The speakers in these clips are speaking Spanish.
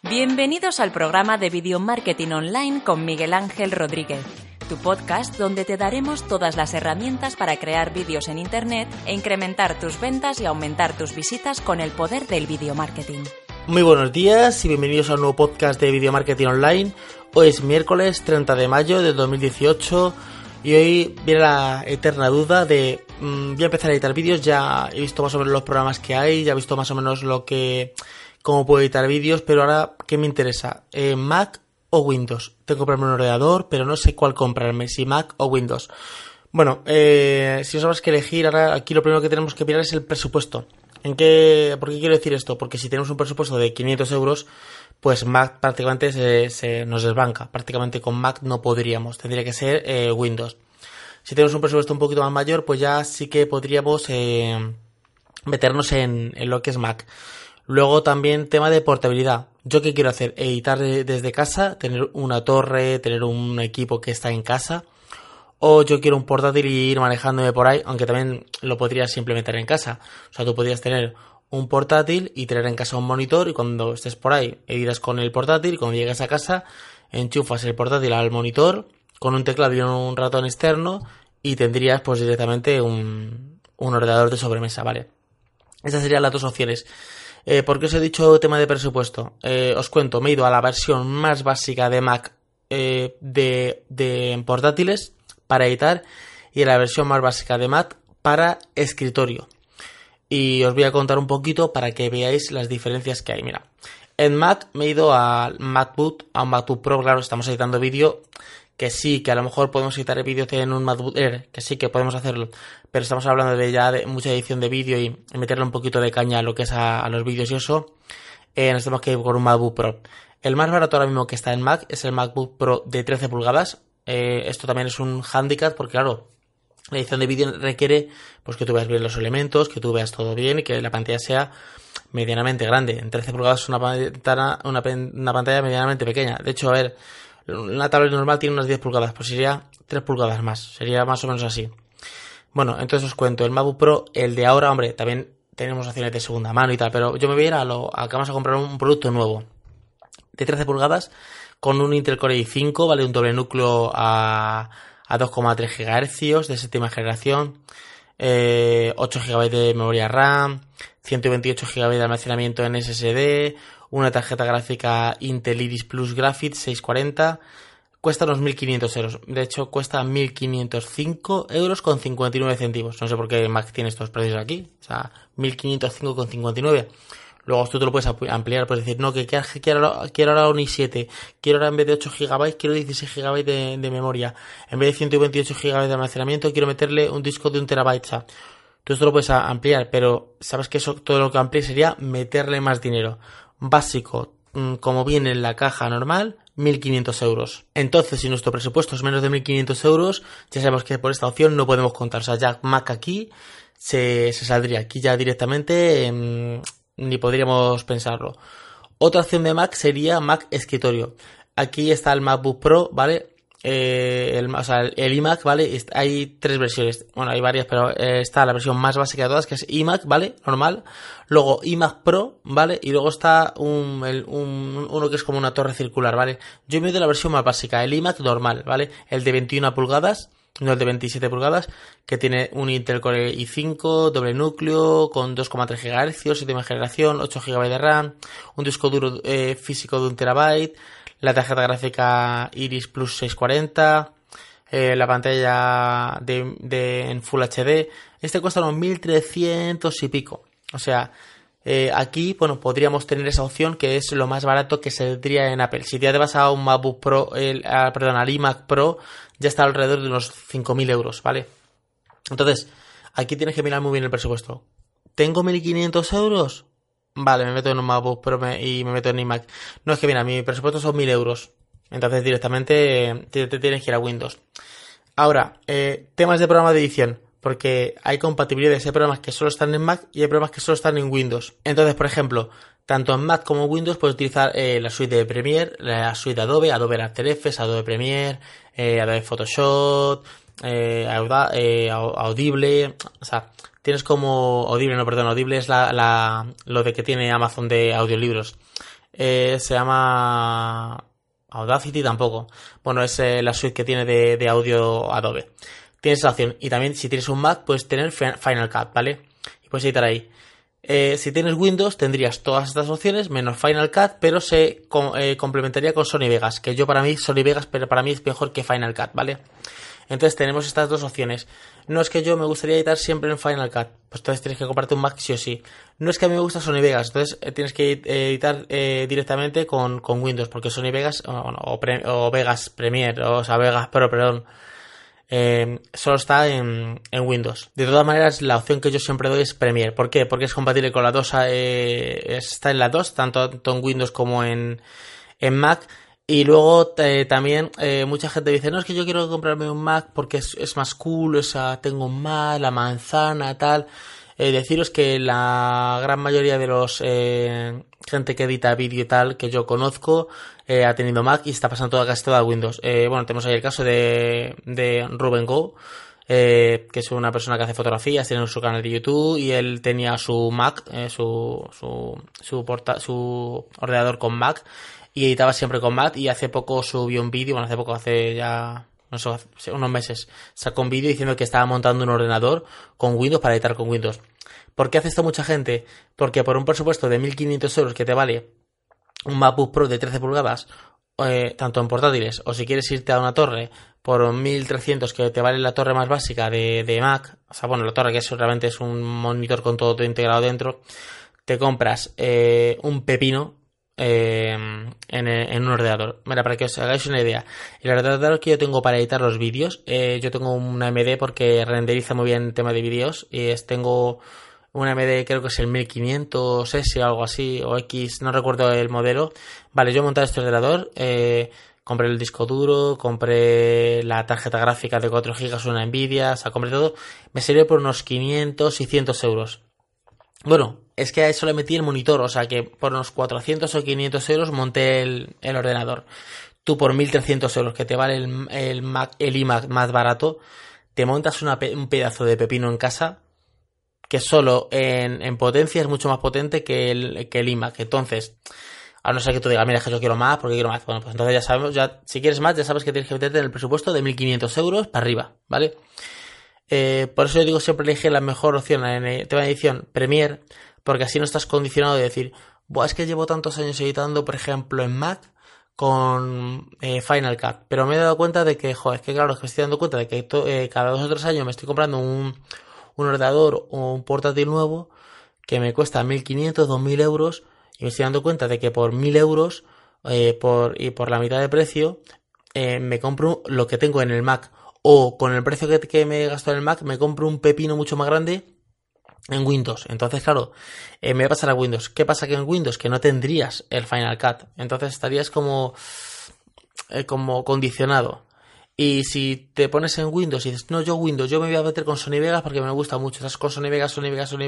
Bienvenidos al programa de Video Marketing Online con Miguel Ángel Rodríguez, tu podcast donde te daremos todas las herramientas para crear vídeos en Internet e incrementar tus ventas y aumentar tus visitas con el poder del video marketing. Muy buenos días y bienvenidos a un nuevo podcast de Video Marketing Online. Hoy es miércoles 30 de mayo de 2018 y hoy viene la eterna duda de voy a empezar a editar vídeos. Ya he visto más o menos los programas que hay, ya he visto más o menos cómo puedo editar vídeos, pero ahora, ¿qué me interesa? ¿Mac o Windows? Tengo que comprarme un ordenador, pero no sé cuál comprarme, si Mac o Windows. Bueno, si os sabes que elegir, ahora aquí lo primero que tenemos que mirar es el presupuesto. ¿Por qué quiero decir esto? Porque si tenemos un presupuesto de 500 euros, pues Mac prácticamente se nos desbanca. Prácticamente con Mac no podríamos, tendría que ser Windows. Si tenemos un presupuesto un poquito más mayor, pues ya sí que podríamos meternos en lo que es Mac. Luego también tema de portabilidad. ¿Yo qué quiero hacer? Editar desde casa, tener una torre, tener un equipo que está en casa. O yo quiero un portátil y ir manejándome por ahí, aunque también lo podrías implementar en casa. O sea, tú podrías tener un portátil y tener en casa un monitor y cuando estés por ahí editas con el portátil y cuando llegues a casa enchufas el portátil al monitor con un teclado y un ratón externo y tendrías pues directamente un ordenador de sobremesa, ¿vale? Esas serían las dos opciones. ¿Por qué os he dicho tema de presupuesto? Os cuento, me he ido a la versión más básica de Mac de portátiles para editar y a la versión más básica de Mac para escritorio. Y os voy a contar un poquito para que veáis las diferencias que hay. Mira, en Mac me he ido a un MacBook Pro, claro, estamos editando vídeo, que sí, que a lo mejor podemos editar vídeos en un MacBook Air, que sí que podemos hacerlo, pero estamos hablando de mucha edición de vídeo y meterle un poquito de caña a lo que es a los vídeos y eso, nos tenemos que ir con un MacBook Pro. El más barato ahora mismo que está en Mac es el MacBook Pro de 13 pulgadas, esto también es un handicap porque claro, la edición de vídeo requiere pues que tú veas bien los elementos, que tú veas todo bien y que la pantalla sea medianamente grande. En 13 pulgadas es una pantalla medianamente pequeña. De hecho, a ver, una tablet normal tiene unas 10 pulgadas, pues sería 3 pulgadas más. Sería más o menos así. Bueno, entonces os cuento, el MacBook Pro, el de ahora, hombre, también tenemos opciones de segunda mano y tal, pero yo me voy a ir a que vamos a comprar un producto nuevo. De 13 pulgadas, con un Intel Core i5, ¿vale? Un doble núcleo a 2,3 GHz de séptima generación, 8 GB de memoria RAM, 128 GB de almacenamiento en SSD, una tarjeta gráfica Intel Iris Plus Graphics 640, cuesta unos 1.500 euros. De hecho, cuesta 1.505 euros con 59 céntimos. No sé por qué Mac tiene estos precios aquí. O sea, 1.505,59. Luego tú te lo puedes ampliar, puedes decir, no, que quiero ahora un i7, quiero ahora en vez de 8 GB, quiero 16 GB de memoria, en vez de 128 GB de almacenamiento, quiero meterle un disco de 1 TB. O sea, tú esto lo puedes ampliar, pero sabes que eso todo lo que amplíe sería meterle más dinero. Básico, como viene en la caja normal, 1.500 euros. Entonces, si nuestro presupuesto es menos de 1.500 euros, ya sabemos que por esta opción no podemos contar. O sea, ya Mac aquí se saldría. Aquí ya directamente ni podríamos pensarlo. Otra opción de Mac sería Mac escritorio. Aquí está el MacBook Pro, ¿vale? El iMac, ¿vale? Hay tres versiones. Bueno, hay varias, pero está la versión más básica de todas, que es iMac, ¿vale? Normal. Luego iMac Pro, ¿vale? Y luego está uno que es como una torre circular, ¿vale? Yo me doy la versión más básica, el iMac normal, ¿vale? El de 21 pulgadas. No el de 27 pulgadas, que tiene un Intel Core i5, doble núcleo, con 2,3 GHz, séptima generación, 8 GB de RAM, un disco duro físico de 1 TB, la tarjeta gráfica Iris Plus 640, la pantalla en Full HD. Este cuesta unos 1.300 y pico. O sea, aquí, bueno, podríamos tener esa opción que es lo más barato que se tendría en Apple. Si ya te vas a un MacBook Pro, al iMac Pro, ya está alrededor de unos 5.000 euros, ¿vale? Entonces, aquí tienes que mirar muy bien el presupuesto. ¿Tengo 1.500 euros? Vale, me meto en un MacBook Pro y me meto en iMac. No, es que mira, mi presupuesto son 1.000 euros. Entonces, directamente te tienes que ir a Windows. Ahora, temas de programa de edición. Porque hay compatibilidades, hay programas que solo están en Mac y hay programas que solo están en Windows. Entonces, por ejemplo, tanto en Mac como en Windows puedes utilizar la suite de Premiere, la suite de Adobe After Effects, Adobe Premiere, Adobe Photoshop, Audible, o sea, tienes como Audible es lo de que tiene Amazon de audiolibros. Se llama Audacity tampoco. Bueno, es la suite que tiene de audio Adobe. Tienes esa opción. Y también si tienes un Mac puedes tener Final Cut, ¿vale? Y puedes editar ahí. Si tienes Windows tendrías todas estas opciones menos Final Cut, pero se complementaría con Sony Vegas, que yo para mí Sony Vegas, pero para mí es mejor que Final Cut, ¿vale? Entonces tenemos estas dos opciones. No es que yo me gustaría editar siempre en Final Cut, pues entonces tienes que comprarte un Mac sí o sí. No es que a mí me gusta Sony Vegas, entonces tienes que editar directamente con Windows, porque Sony Vegas o Vegas Premiere, o sea Vegas Pro, perdón, solo está en Windows. De todas maneras, la opción que yo siempre doy es Premiere. ¿Por qué? Porque es compatible con la 2, está en la 2, tanto en Windows como en Mac. Y luego también mucha gente dice, no, es que yo quiero comprarme un Mac porque es más cool, o sea, tengo un Mac, la manzana, tal. Deciros que la gran mayoría de los gente que edita vídeo y tal que yo conozco ha tenido Mac y está pasando casi toda Windows. Bueno, tenemos ahí el caso de Ruben Go, que es una persona que hace fotografías, tiene su canal de YouTube y él tenía su Mac, su ordenador con Mac y editaba siempre con Mac, y hace poco subió un vídeo, bueno, hace ya no sé, hace unos meses sacó un vídeo diciendo que estaba montando un ordenador con Windows para editar con Windows. ¿Por qué hace esto mucha gente? Porque por un presupuesto de 1.500 euros que te vale un MacBook Pro de 13 pulgadas, tanto en portátiles, o si quieres irte a una torre por 1.300 que te vale la torre más básica de Mac, o sea, bueno, la torre que realmente es un monitor con todo integrado dentro, te compras un pepino en un ordenador. Mira, para que os hagáis una idea, el ordenador que yo tengo para editar los vídeos, yo tengo una AMD porque renderiza muy bien el tema de vídeos, y tengo una AMD, creo que es el 1500S o algo así, o X, no recuerdo el modelo. Vale, yo he montado este ordenador, compré el disco duro, compré la tarjeta gráfica de 4 GB, una Nvidia, o sea, compré todo, me salió por unos 500, 600 euros. Bueno, es que a eso le metí el monitor, o sea que por unos 400 o 500 euros monté el ordenador. Tú por 1.300 euros, que te vale el iMac más barato, te montas un pedazo de pepino en casa, que solo en potencia es mucho más potente que el iMac. Entonces, a no ser que tú digas, mira, es que yo quiero más, porque quiero más. Bueno, pues entonces ya sabemos, si quieres más, ya sabes que tienes que meterte en el presupuesto de 1.500 euros para arriba, ¿vale? Por eso yo digo, siempre elige la mejor opción en el tema de edición, Premiere, porque así no estás condicionado de decir, buah, es que llevo tantos años editando, por ejemplo, en Mac con Final Cut, pero me he dado cuenta de que, joder, es que claro, es que estoy dando cuenta de que cada 2 o 3 años me estoy comprando un ordenador o un portátil nuevo que me cuesta 1.500, 2.000 euros, y me estoy dando cuenta de que por 1.000 euros por la mitad de precio me compro lo que tengo en el Mac, o con el precio que me he gastado en el Mac me compro un pepino mucho más grande en Windows. Entonces, claro, me voy a pasar a Windows. ¿Qué pasa que en Windows? Que no tendrías el Final Cut. Entonces estarías como condicionado. Y si te pones en Windows y dices, no, yo me voy a meter con Sony Vegas porque me gusta mucho. Estás con Sony Vegas,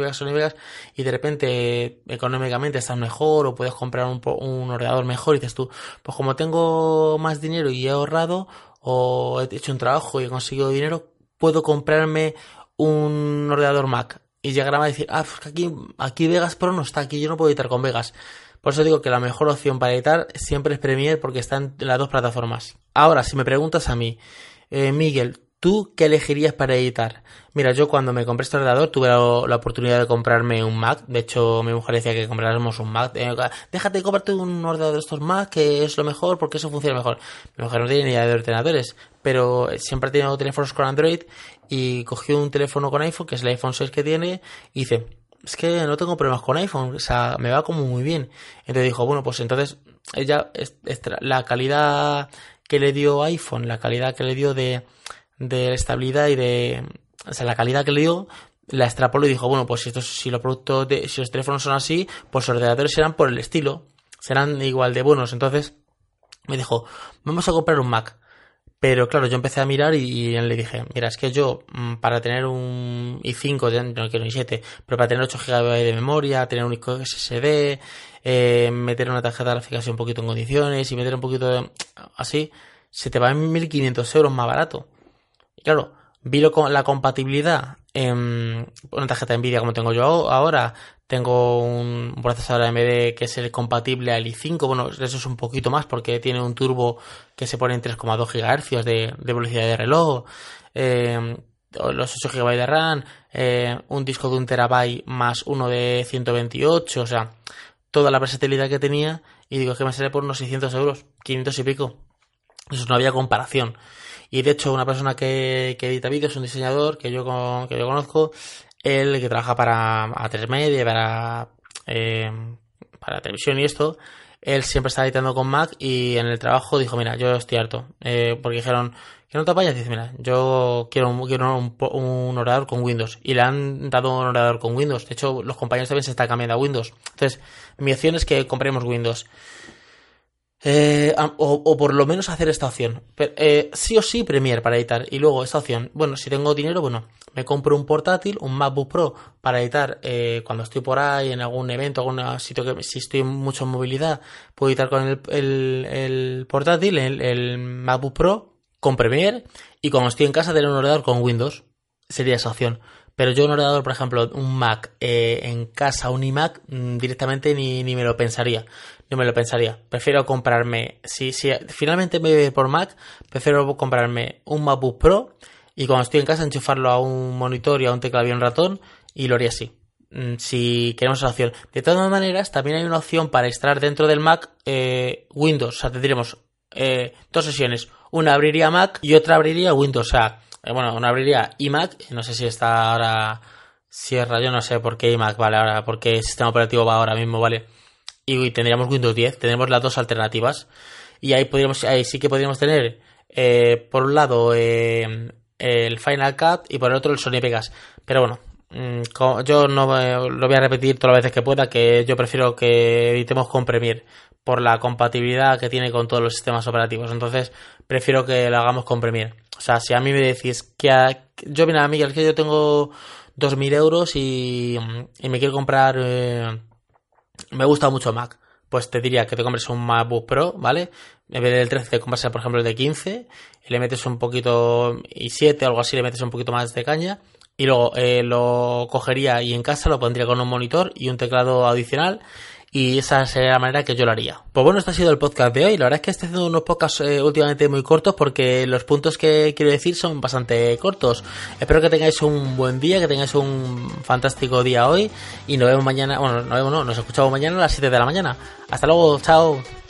y de repente económicamente estás mejor, o puedes comprar un ordenador mejor, y dices tú, pues como tengo más dinero y he ahorrado, o he hecho un trabajo y he conseguido dinero, puedo comprarme un ordenador Mac. Y llegará a decir, pues que aquí Vegas Pro no está, aquí yo no puedo editar con Vegas. Por eso digo que la mejor opción para editar siempre es Premiere, porque está en las dos plataformas. Ahora, si me preguntas a mí, Miguel, ¿tú qué elegirías para editar? Mira, yo cuando me compré este ordenador tuve la oportunidad de comprarme un Mac. De hecho, mi mujer decía que compráramos un Mac. Déjate de comprarte un ordenador de estos Mac, que es lo mejor, porque eso funciona mejor. Mi mujer no tiene ni idea de ordenadores, pero siempre ha tenido teléfonos con Android, y cogió un teléfono con iPhone, que es el iPhone 6 que tiene, y dice, es que no tengo problemas con iPhone, o sea, me va como muy bien. Entonces dijo, bueno, pues entonces ella, la calidad que le dio iPhone, la calidad que le dio de estabilidad y o sea, la calidad que le dio, la extrapoló y dijo, bueno, pues si los teléfonos son así, pues los ordenadores serán por el estilo, serán igual de buenos. Entonces me dijo, vamos a comprar un Mac. Pero claro, yo empecé a mirar y le dije, mira, es que yo para tener un i5, no quiero un i7, pero para tener 8 GB de memoria, tener un disco SSD, meter una tarjeta gráfica así un poquito en condiciones y meter un poquito así, se te va en 1.500 euros más barato. Y claro, vi la compatibilidad una tarjeta Nvidia como tengo yo ahora, tengo un procesador AMD que es el compatible al i5, bueno, eso es un poquito más porque tiene un turbo que se pone en 3,2 GHz de velocidad de reloj, los 8 GB de RAM, un disco de 1 TB más uno de 128, o sea, toda la versatilidad que tenía, y digo, es que me sale por unos 600 euros, 500 y pico. Eso no había comparación. Y de hecho, una persona que edita vídeos, un diseñador que yo conozco, él que trabaja para A3 Media, para televisión y esto, él siempre está editando con Mac, y en el trabajo dijo, mira, yo estoy harto, porque dijeron que no te vayas, dice, mira, yo quiero un ordenador con Windows, y le han dado un ordenador con Windows. De hecho, los compañeros también se están cambiando a Windows. Entonces, mi opción es que compremos Windows. O por lo menos hacer esta opción. Sí o sí Premiere para editar. Y luego esta opción, bueno, si tengo dinero, bueno, me compro un portátil, un MacBook Pro para editar cuando estoy por ahí en algún evento, algún sitio que si estoy mucho en movilidad, puedo editar con el portátil, el MacBook Pro con Premiere, y cuando estoy en casa tener un ordenador con Windows. Sería esa opción. Pero yo un ordenador, por ejemplo, un Mac en casa, un iMac, directamente ni me lo pensaría. No me lo pensaría. Prefiero comprarme, si finalmente me voy por Mac, prefiero comprarme un MacBook Pro y cuando estoy en casa enchufarlo a un monitor y a un teclado y un ratón, y lo haría así. Si queremos esa opción. De todas maneras, también hay una opción para instalar dentro del Mac Windows. O sea, tendríamos dos sesiones. Una abriría Mac y otra abriría Windows. O sea, una abriría iMac. No sé si está ahora cierra, yo no sé por qué iMac vale ahora, por qué sistema operativo va ahora mismo, vale. Y tendríamos Windows 10, tendremos las dos alternativas. Y ahí sí que podríamos tener por un lado el Final Cut y por el otro el Sony Vegas. Pero bueno, yo no lo voy a repetir todas las veces que pueda, que yo prefiero que editemos con Premiere por la compatibilidad que tiene con todos los sistemas operativos. Entonces prefiero que lo hagamos con Premiere. O sea, si a mí me decís mira, Miguel, es que yo tengo 2.000 euros y me quiero comprar, me gusta mucho Mac, pues te diría que te compres un MacBook Pro, ¿vale? En vez del 13 te compras, por ejemplo, el de 15 y le metes un poquito, y 7 o algo así, le metes un poquito más de caña, y luego lo cogería y en casa lo pondría con un monitor y un teclado adicional. Y esa sería la manera que yo lo haría. Pues bueno, este ha sido el podcast de hoy. La verdad es que estoy haciendo unos podcasts últimamente muy cortos porque los puntos que quiero decir son bastante cortos. Espero que tengáis un buen día, que tengáis un fantástico día hoy. Y nos vemos mañana, nos escuchamos mañana a las 7 de la mañana. Hasta luego, chao.